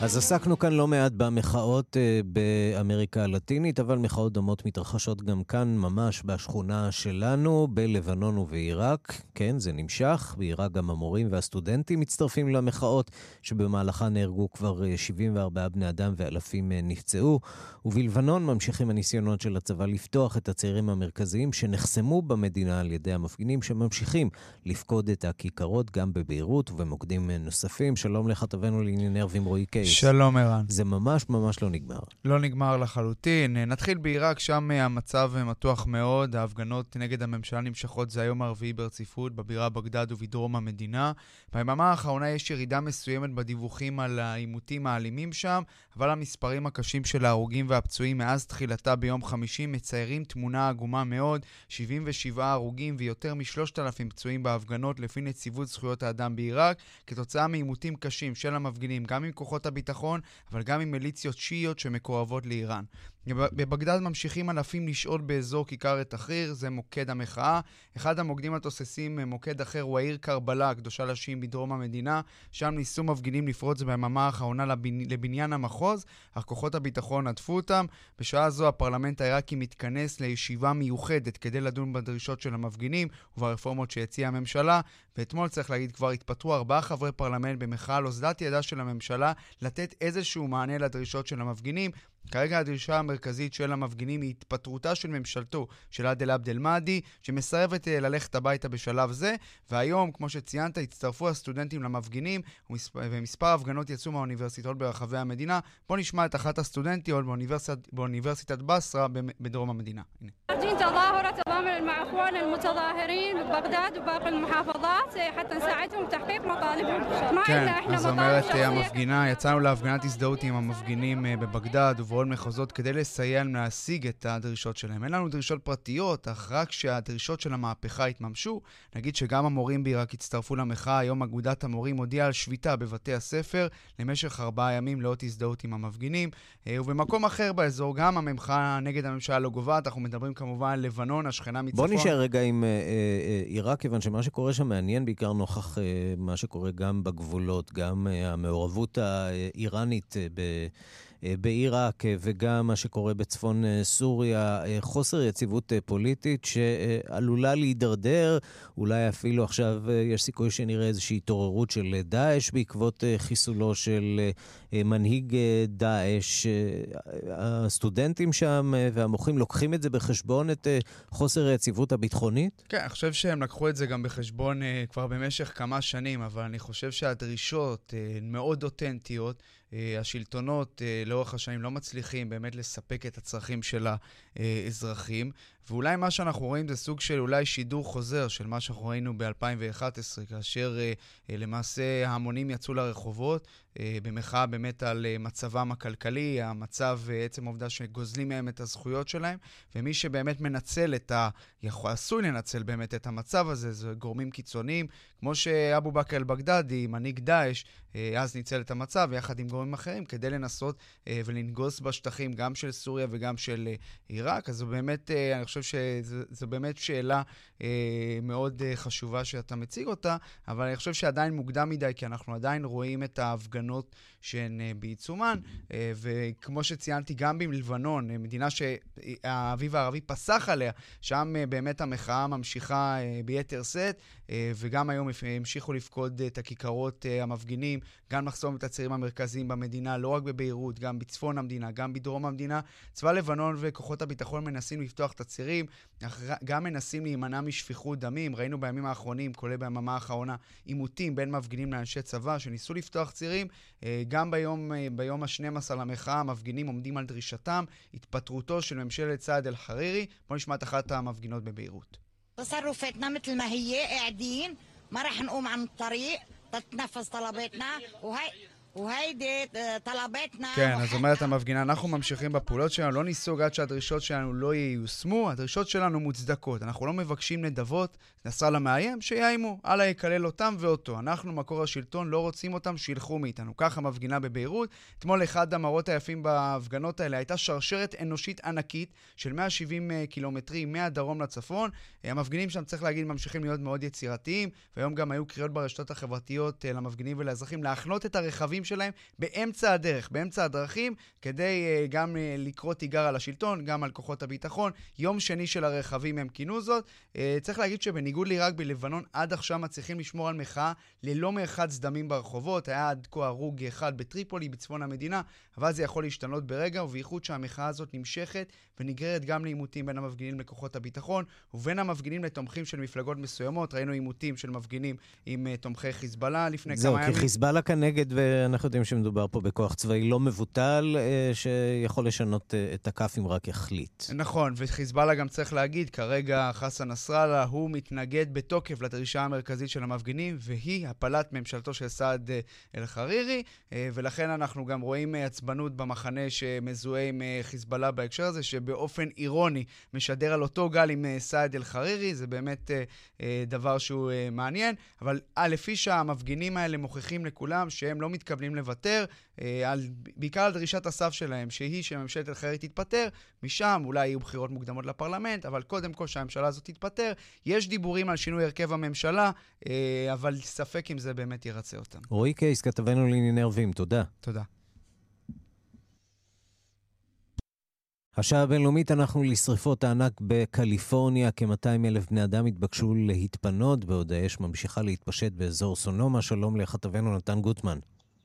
Speaker 2: אז עסקנו כאן לא מעט במחאות אה, באמריקה הלטינית, אבל מחאות דומות מתרחשות גם כאן ממש בשכונה שלנו, בלבנון ובעיראק. כן, זה נמשך. בעיראק גם המורים והסטודנטים מצטרפים למחאות, שבמהלכה נהרגו כבר שבעים וארבעה בני אדם ואלפים נפצעו. ובלבנון ממשיכים הניסיונות של הצבא לפתוח את הצירים המרכזיים שנחסמו במדינה על ידי המפגינים, שממשיכים לפקוד את הכיכרות גם בביירות ובמוקדים נוספים. שלום לכתבנו לענייני ערבים רועי קייס.
Speaker 15: שלום ערן.
Speaker 2: זה ממש ממש לא נגמר.
Speaker 15: לא נגמר לחלוטין. נתחיל בעיראק, שם המצב מתוח מאוד. ההפגנות נגד הממשלה נמשכות, זה היום הרביעי ברציפות, בבירה בגדד ובדרום המדינה. ביממה האחרונה יש ירידה מסוימת בדיווחים על העימותים האלימים שם, אבל המספרים הקשים של ההרוגים והפצועים מאז תחילתה ביום חמישי מציירים תמונה עגומה מאוד. שבעים ושבעה הרוגים ויותר משלושת אלפים פצועים בהפגנות לפי נציבות זכויות האדם בעיראק, כתוצאה מעימותים קשים של המפגינים, גם עם כוחות הביטחון, אבל גם עם מיליציות שיעיות שמקורבות לאיראן. בבגדד ממשיכים אלפים לשאול באזור כיכר תחריר, זה מוקד המחאה. אחד המוקדים התוססים, מוקד אחר, הוא העיר קרבלה, הקדושה לשיעים בדרום המדינה. שם ניסו מפגינים לפרוץ ביממה האחרונה לבניין המחוז, אך כוחות הביטחון עטפו אותם. בשעה זו הפרלמנט העיראקי מתכנס לישיבה מיוחדת כדי לדון בדרישות של המפגינים וברפורמות שהציעה הממשלה. ואתמול צריך להגיד כבר התפטרו ארבעה חברי פרלמנט במחאה על אוזלת ידה של הממשלה לתת איזשהו מענה לדרישות של המפגינים. כרגע הדרישה המרכזית של המפגינים היא התפטרותה של ממשלתו של עאדל עבד אל-מהדי, שמסרבת ללכת הביתה בשלב זה, והיום, כמו שציינת, הצטרפו הסטודנטים למפגינים, ומספר הפגנות יצאו מהאוניברסיטאות ברחבי המדינה. בוא נשמע את אחת הסטודנטיות באוניברסיטת, באוניברסיטת בסרה בדרום המדינה. הנה.
Speaker 16: تظاهرة تضامن مع اخواننا المتظاهرين ببغداد وباقي المحافظات حتى نساعدهم بتحقيق مطالبهم.
Speaker 15: כן, אז אומרת המפגינה, יצאנו להפגנת הזדהות עם המפגינים בבגדד ובעוד מחוזות כדי לסייע להם להשיג את הדרישות שלהם. אין לנו דרישות פרטיות, אך רק שהדרישות של המהפכה התממשו. נגיד שגם המורים בעיראק הצטרפו למחאה. היום אגודת המורים הודיעה על שביתה בבתי הספר למשך ארבעה ימים לאות הזדהות עם המפגינים. ובמקום אחר באזור גם המחאה נגד הממשלה לא גובעת. אנחנו מדברים כמובן על לבנון, השכנה מצפון.
Speaker 2: בוא נשאר רגע עם עיראק, כיוון שמה שקורה שם מעניין בעיקר נוכח מה שקורה גם בגבולות, גם המעורבות האיראנית ב... בעיראק וגם מה שקורה בצפון סוריה, חוסר יציבות פוליטית שעלולה להידרדר, אולי אפילו עכשיו יש סיכוי שנראה איזושהי התעוררות של דאעש בעקבות חיסולו של מנהיג דאעש. הסטודנטים שם והמוחים לוקחים את זה בחשבון, את חוסר היציבות הביטחונית?
Speaker 15: כן, אני חושב שהם לקחו את זה גם בחשבון כבר במשך כמה שנים, אבל אני חושב שהדרישות מאוד אותנטיות. השלטונות לאורך השנים לא מצליחים באמת לספק את הצרכים של האזרחים, ואולי מה שאנחנו רואים זה סוג של אולי שידור חוזר של מה שאנחנו ראינו ב-אלפיים ואחת עשרה, כאשר למעשה ההמונים יצאו לרחובות במחאה באמת על מצבם הכלכלי, המצב, עצם העובדה שגוזלים מהם את הזכויות שלהם, ומי שבאמת מנצל את ה... עשוי לנצל באמת את המצב הזה, זה גורמים קיצוניים, כמו שאבו בכר אל-בגדדי, מנהיג דאעש, אז ניצל את המצב יחד עם גורמים אחרים כדי לנסות ולנגוס בשטחים גם של סוריה וגם של עיראק. אז זו באמת, אני חושב שזו באמת שאלה מאוד חשובה שאתה מציג אותה, אבל אני חושב שעדיין מוקדם מדי, כי אנחנו עדיין רואים את ההפגנות שהן בעיצומן, וכמו שציינתי גם בלבנון, מדינה שהאביב הערבי פסח עליה, שם באמת המחאה ממשיכה ביתר שאת, וגם היום המשיכו לפקוד את הכיכרות המפגינים, גם לחסום את הצירים המרכזיים במדינה, לא רק בביירות, גם בצפון המדינה, גם בדרום המדינה. צבא לבנון וכוחות הביטחון מנסים לפתוח את הצירים, גם מנסים להימנע משפיכות דמים. ראינו בימים האחרונים, כולל ביממה האחרונה, עימותים בין מפגינים לאנשי צבא שניסו לפתוח צירים. גם ביום, ביום ה-שנים עשר למחאה, המפגינים עומדים על דרישתם, התפטרותו של ממשלת סעד אל-חרירי. בוא נשמע את אחת המפגינות בביירות.
Speaker 17: تصرفاتنا مثل ما هي قاعدين ما راح نقوم عن الطريق تتنفذ طلباتنا وهي وهيدي طلباتنا.
Speaker 15: כן, אז אומרת המפגינה, אנחנו ממשיכים בפעולות שלנו, לא ניסוג עד שהדרישות שלנו לא ייושמו, הדרישות שלנו מוצדקות, אנחנו לא מבקשים נדבות, נסראללה מאיים, שיאיימו, אללה יקלל אותם ואותו, אנחנו מקור השלטון, לא רוצים אותם, שילכו מאיתנו. ככה מפגינה בביירות. אתמול אחד המראות היפים בהפגנות האלה הייתה שרשרת אנושית ענקית של מאה ושבעים קילומטרים מהדרום לצפון. המפגינים שם, צריך להגיד, ממשיכים להיות מאוד יצירתיים, והיום גם היו קריאות ברשתות החברתיות למפגינים ולאזרחים להחנות את הרכבים שלהם באמצע הדרך, באמצע הדרכים, כדי גם לקרוא תיגר על השלטון, גם על כוחות הביטחון. יום שני של הרכבים הם כינו זאת. צריך להגיד שבניגוד לעיראק, בלבנון עד עכשיו מצליחים לשמור על מחאה ללא מרחץ דמים ברחובות. היה עד כה הרוג אחד בטריפולי, בצפון המדינה, אבל זה יכול להשתנות ברגע, ובייחוד שהמחאה הזאת נמשכת ונגררת גם לעימותים בין המפגינים לכוחות הביטחון, ובין המפגינים לתומכים של מפלגות מסוימות. ראינו עימותים של מפגינים עם uh, תומכי חיזבאללה לפני
Speaker 2: זהו,
Speaker 15: כמה ימים.
Speaker 2: זהו, כי חיזבאללה כנגד, ואנחנו יודעים שמדובר פה בכוח צבאי לא מבוטל, uh, שיכול לשנות uh, את הכף אם רק יחליט.
Speaker 15: נכון, וחיזבאללה גם צריך להגיד, כרגע חסן נסראללה הוא מתנגד בתוקף לדרישה המרכזית של המפגינים, והיא הפלת ממשלתו של סעד uh, אל-חרירי, uh, ולכן אנחנו גם רואים uh, עצבנות במחנה שמזוהה עם uh, חיזבאללה בהקשר הזה, שבאופן אירוני משדר על אותו גל עם uh, סעד אל-חרירי. זה באמת uh, uh, דבר שהוא uh, מעניין, אבל uh, לפי שהמפגינים האלה מוכיחים לכולם שהם לא מתכוונים לוותר, uh, על, בעיקר על דרישת הסף שלהם, שהיא שממשלת אל-חרירי תתפטר, משם אולי יהיו בחירות מוקדמות לפרלמנט, אבל קודם כל שהממשלה הזאת תתפטר. יש דיבורים על שינוי הרכב הממשלה, uh, אבל ספק אם זה באמת ירצה אותם.
Speaker 2: רועי קייס, כתבנו לענייני ערבים, תודה.
Speaker 15: תודה.
Speaker 2: השעה הבינלאומית, אנחנו לשריפות הענק בקליפורניה. כ-מאתיים אלף בני אדם התבקשו להתפנות, בעוד האש ממשיכה להתפשט באזור סונומה. שלום לכתבנו נתן גוטמן.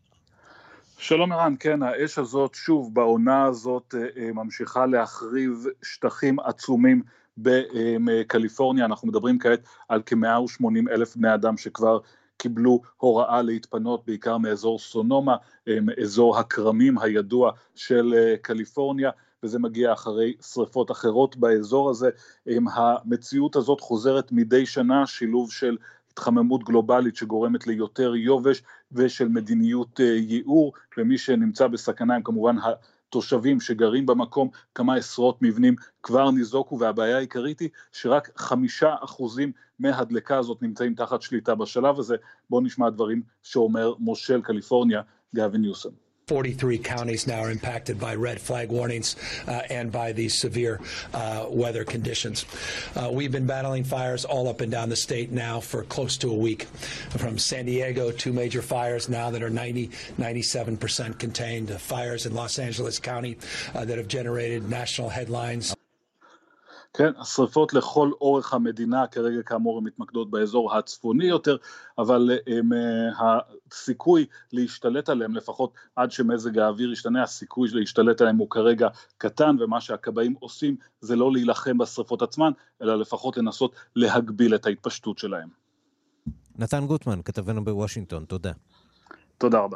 Speaker 18: שלום ערן, כן, האש הזאת שוב בעונה הזאת ממשיכה להחריב שטחים עצומים בקליפורניה. אנחנו מדברים כעת על כ-מאה ושמונים אלף בני אדם שכבר קיבלו הוראה להתפנות, בעיקר מאזור סונומה, אזור הקרמים הידוע של קליפורניה, וזה מגיע אחרי שריפות אחרות באזור הזה. המציאות הזאת חוזרת מדי שנה, שילוב של התחממות גלובלית שגורמת ליותר יובש ושל מדיניות ייעור, ומי שנמצא בסכנה הם כמובן התושבים שגרים במקום. כמה עשרות מבנים כבר ניזוקו, והבעיה העיקרית היא שרק חמישה אחוזים מהדלקה הזאת נמצאים תחת שליטה בשלב הזה. בואו נשמע דברים שאומר מושל קליפורניה גאווין ניוסם.
Speaker 19: forty-three counties now are impacted by red flag warnings uh, and by these severe uh, weather conditions. Uh, we've been battling fires all up and down the state now for close to a week. From San Diego, two major fires now that are ninety, ninety-seven percent contained. Uh, fires in Los Angeles County uh, that have generated national headlines.
Speaker 18: כן, השריפות לכל אורך המדינה, כרגע כאמור הן מתמקדות באזור הצפוני יותר, אבל הם, הסיכוי להשתלט עליהם, לפחות עד שמזג האוויר ישתנה, הסיכוי להשתלט עליהם הוא כרגע קטן, ומה שהכבאים עושים זה לא להילחם בשריפות עצמן, אלא לפחות לנסות להגביל את ההתפשטות שלהם.
Speaker 2: נתן גוטמן, כתבנו בוושינגטון, תודה.
Speaker 18: תודה רבה.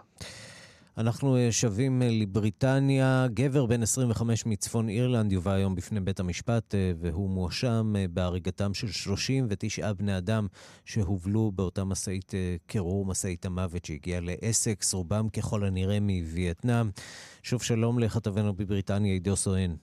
Speaker 2: אנחנו שבים לבריטניה. גבר בן עשרים וחמש מצפון אירלנד יובא היום בפני בית המשפט, והוא מואשם בהריגתם של שלושים ותשעה בני אדם שהובלו באותה מסעית קירור, מסעית המוות שהגיעה לאסקס, רובם ככל הנראה מווייטנאם. שוב שלום לכתבנו בבריטניה, עידו סואן.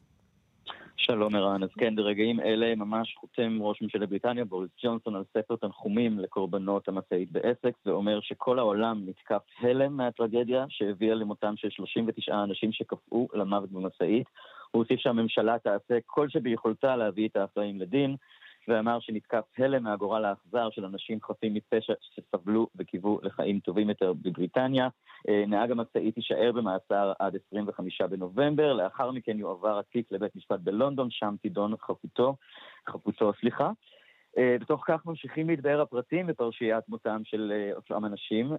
Speaker 8: שלום ערן, אז כן, ברגעים אלה ממש חותם ראש ממשלת בריטניה בוריס ג'ונסון על ספר תנחומים לקורבנות המשאית באסקס, ואומר שכל העולם נתקף הלם מהטרגדיה שהביאה למותם של שלושים ותשעה אנשים שקפאו למוות במשאית. הוא הוסיף שהממשלה תעשה כל שביכולתה להביא את האחראים לדין, ואמר שנתקף הלם מהגורל האכזר של אנשים חפים מפשע שסבלו וקיוו לחיים טובים יותר בבריטניה. נהג המשאית יישאר במאסר עד עשרים וחמישה בנובמבר, לאחר מכן יועבר התיק לבית משפט בלונדון, שם תידון חפותו, חפותו, סליחה. בתוך כך ממשיכים להתבהר הפרטים בפרשיית מותם של אותם אנשים.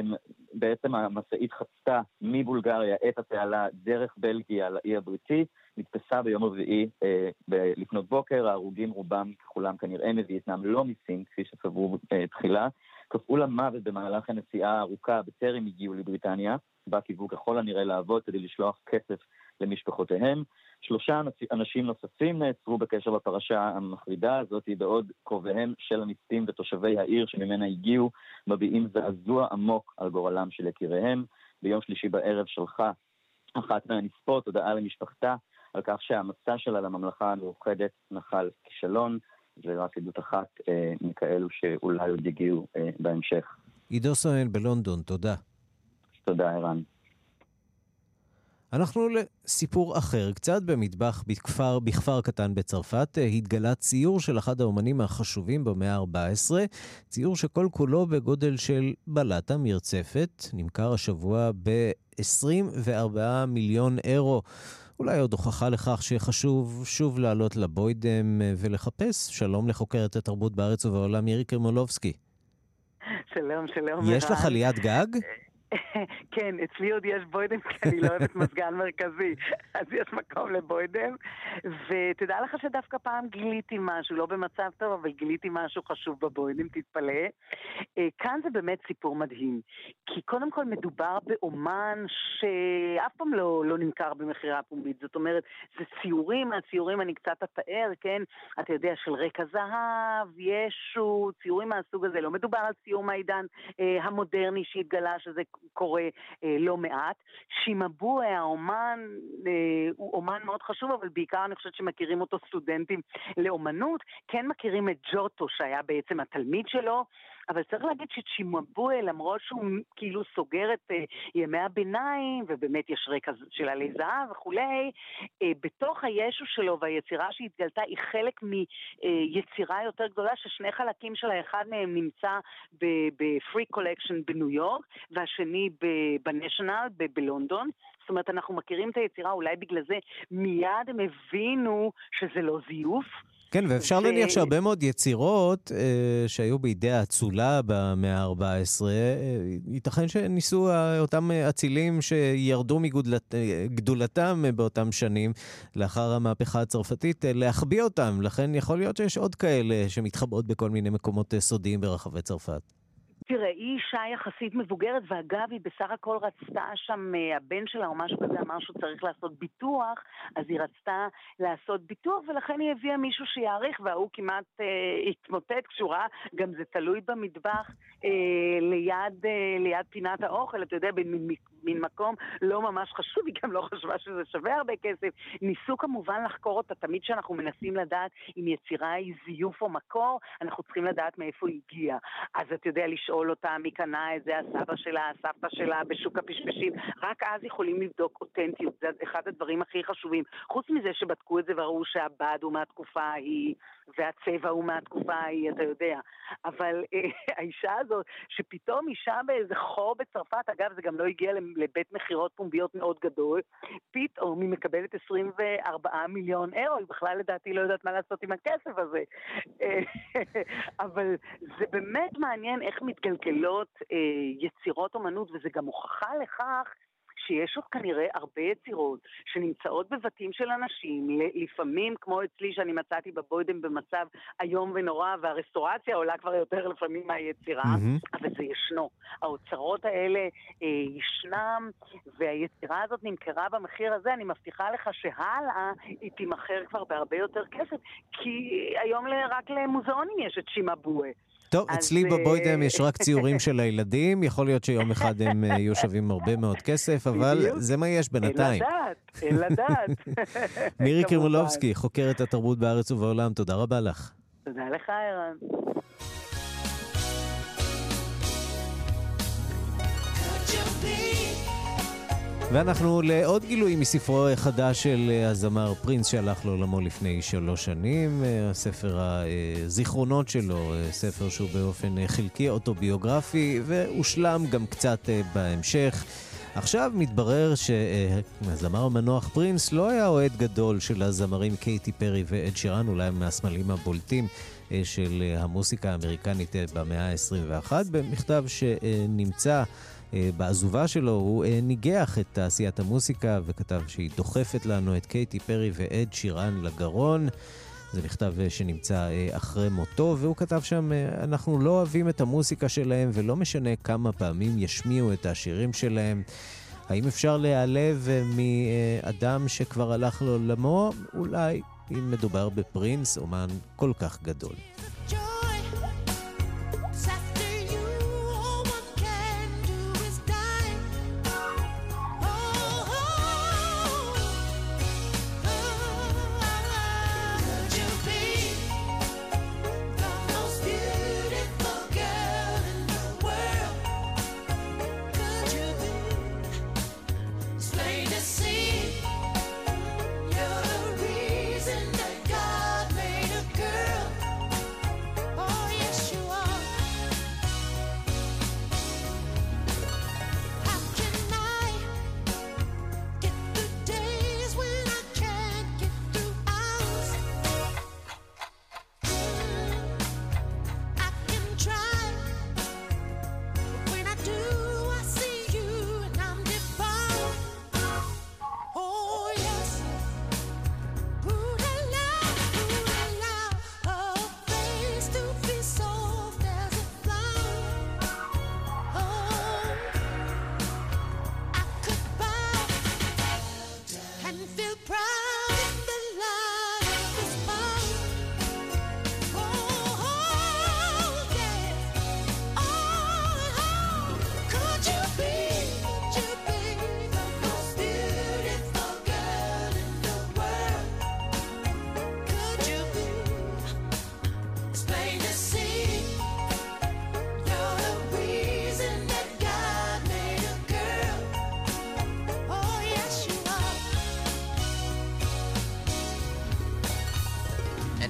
Speaker 8: בעצם המשאית חצתה מבולגריה את התעלה דרך בלגיה לאי הבריטי, נתפסה ביום רביעי לפנות בוקר. ההרוגים רובם ככולם כנראה מווייטנאם, לא מסין, כפי שסברו תחילה. קפאו למוות במהלך הנסיעה הארוכה בטרם הגיעו לבריטניה, בה קיוו ככל הנראה לעבוד כדי לשלוח כסף למשפחותיהם. שלושה אנשים נוספים נעצרו בקשר לפרשה המחרידה הזאת, בעוד קרוביהם של הנספים ותושבי העיר שממנה הגיעו מביעים זעזוע עמוק על גורלם של יקיריהם. ביום שלישי בערב שלחה אחת מהנספות הודעה למשפחתה על כך שהמסע שלה לממלכה המאוחדת נחל כישלון. זה רק עדות אחת אה, מכאלו שאולי עוד יגיעו אה, בהמשך.
Speaker 2: עידו סואן בלונדון, תודה.
Speaker 8: תודה ערן.
Speaker 2: אנחנו לסיפור אחר, קצת במטבח בכפר, בכפר קטן בצרפת, התגלה ציור של אחד האומנים החשובים במאה ה-ארבע עשרה, ציור שכל כולו בגודל של בלטה מרצפת, נמכר השבוע ב-עשרים וארבעה מיליון אירו. אולי עוד הוכחה לכך שחשוב שוב לעלות לבוידם ולחפש. שלום לחוקרת התרבות בארץ ובעולם, מירי קרימולובסקי.
Speaker 20: שלום, שלום.
Speaker 2: יש לך ליד גג?
Speaker 20: כן, אצלי עוד יש בוידם, כי אני לא אוהבת מזגן מרכזי, אז יש מקום לבוידם, ותדע לך שדווקא פעם גיליתי משהו, לא במצב טוב, אבל גיליתי משהו חשוב בבוידם, תתפלא. כאן זה באמת סיפור מדהים, כי קודם כל מדובר באומן שאף פעם לא, לא נמכר במחירה פומבית, זאת אומרת, זה ציורים, הציורים אני קצת אתאר, כן, אתה יודע, של רקע זהב, ישו, ציורים מהסוג הזה, לא מדובר על ציור מהעידן אה, המודרני שהתגלה, שזה קורה אה, לא מעט. שימבואה, האומן, אה, הוא אומן מאוד חשוב, אבל בעיקר אני חושבת שמכירים אותו סטודנטים לאומנות, כן מכירים את ג'וטו שהיה בעצם התלמיד שלו, אבל צריך להגיד ששימבואה, למרות שהוא כאילו סוגר את אה, ימי הביניים, ובאמת יש רקע של עלי זהב וכולי, אה, בתוך הישו שלו והיצירה שהתגלתה היא חלק מיצירה אה, יותר גדולה, ששני חלקים שלה, אחד מהם נמצא בפרי קולקשן בניו יורק, והשני בנשיונל בלונדון. זאת אומרת, אנחנו מכירים את היצירה, אולי בגלל זה מיד הם הבינו שזה לא זיוף.
Speaker 2: כן, ואפשר ש... להניח שהרבה מאוד יצירות אה, שהיו בידי האצולה במאה ה-ארבע עשרה, אה, ייתכן שניסו אותם אצילים שירדו מגדולתם באותם שנים, לאחר המהפכה הצרפתית, להחביא אותם. לכן יכול להיות שיש עוד כאלה שמתחבאות בכל מיני מקומות סודיים ברחבי צרפת.
Speaker 20: תראה, היא אישה יחסית מבוגרת, ואגב, היא בסך הכל רצתה שם, הבן שלה או משהו כזה אמר שהוא צריך לעשות ביטוח, אז היא רצתה לעשות ביטוח, ולכן היא הביאה מישהו שיעריך, והוא כמעט אה, התמוטט כשורה, גם זה תלוי במטבח, אה, ליד, אה, ליד פינת האוכל, אתה יודע, במין מין מקום לא ממש חשוב, היא גם לא חשבה שזה שווה הרבה כסף. ניסו כמובן לחקור אותה, תמיד שאנחנו מנסים לדעת אם יצירה היא זיוף או מקור, אנחנו צריכים לדעת מאיפה היא הגיעה. אז אתה יודע, לשאול אותה מי קנה את זה, הסבא שלה, הסבתא שלה, בשוק הפשפשים, רק אז יכולים לבדוק אותנטיות, זה אחד הדברים הכי חשובים. חוץ מזה שבדקו את זה וראו שהבד הוא מהתקופה ההיא, והצבע הוא מהתקופה ההיא, אתה יודע. אבל אה, האישה הזאת, שפתאום אישה באיזה חור בצרפת, אגב, זה גם לא הגיע לבית מחירות פומביות מאוד גדול, פתאום היא מקבלת עשרים וארבעה מיליון אירו, היא בכלל לדעתי לא יודעת מה לעשות עם הכסף הזה. אבל זה באמת מעניין איך מתגלגלות אה, יצירות אומנות, וזה גם הוכחה לכך שיש עוד כנראה הרבה יצירות שנמצאות בבתים של אנשים, לפעמים כמו אצלי שאני מצאתי בבוידם במצב היום ונורא, והרסטורציה עולה כבר יותר לפעמים מהיצירה, mm-hmm. אבל זה ישנו. האוצרות האלה אה, ישנם, והיצירה הזאת נמכרה במחיר הזה, אני מבטיחה לך שהלאה היא תימחר כבר בהרבה יותר כסף, כי היום רק למוזיאונים יש את שימבואה.
Speaker 2: טוב, אצלי בבוידם יש רק ציורים של הילדים, יכול להיות שיום אחד הם יהיו שווים הרבה מאוד כסף, אבל זה מה יש בינתיים.
Speaker 20: אין לדעת, אין לדעת.
Speaker 2: מירי קרימולובסקי, חוקרת התרבות בארץ ובעולם, תודה רבה לך.
Speaker 20: תודה לך, ערן.
Speaker 2: ואנחנו לעוד גילוי מספרו החדש של הזמר פרינס שהלך לעולמו לפני שלוש שנים, ספר הזיכרונות שלו, ספר שהוא באופן חלקי אוטוביוגרפי והושלם גם קצת בהמשך. עכשיו מתברר שהזמר המנוח פרינס לא היה אוהד גדול של הזמרים קייטי פרי ואד שירן, אולי מהסמלים הבולטים של המוסיקה האמריקנית במאה ה-עשרים ואחת. במכתב שנמצא בעזובה שלו הוא ניגח את תעשיית המוסיקה וכתב שהיא דוחפת לנו את קייטי פרי ואד שירן לגרון. זה מכתב שנמצא אחרי מותו, והוא כתב שם, אנחנו לא אוהבים את המוסיקה שלהם ולא משנה כמה פעמים ישמיעו את השירים שלהם. האם אפשר להיעלב מאדם שכבר הלך לעולמו? אולי, אם מדובר בפרינס, אומן כל כך גדול.
Speaker 21: See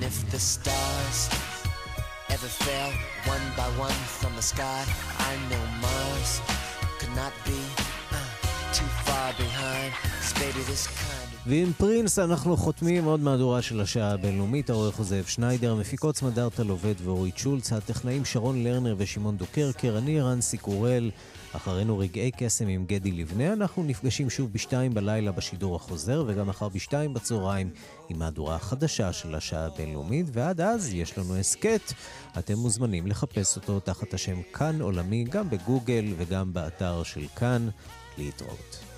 Speaker 21: if the stars ever fell one by one from the sky, I know Mars could not be uh, too far behind. So baby, this kind of...
Speaker 2: ועם פרינס אנחנו חותמים עוד מהדורה של השעה הבינלאומית. העורך הוא זאב שניידר, המפיקות סמדארטה לובד ואורית שולץ, הטכנאים שרון לרנר ושמעון דוקרקר, אני רנסי קורל. אחרינו רגעי קסם עם גדי לבנה. אנחנו נפגשים שוב בשתיים בלילה בשידור החוזר, וגם מחר בשתיים בצהריים עם מהדורה החדשה של השעה הבינלאומית. ועד אז יש לנו הסקט, אתם מוזמנים לחפש אותו תחת השם כאן עולמי, גם בגוגל וגם באתר של כאן. להתראות.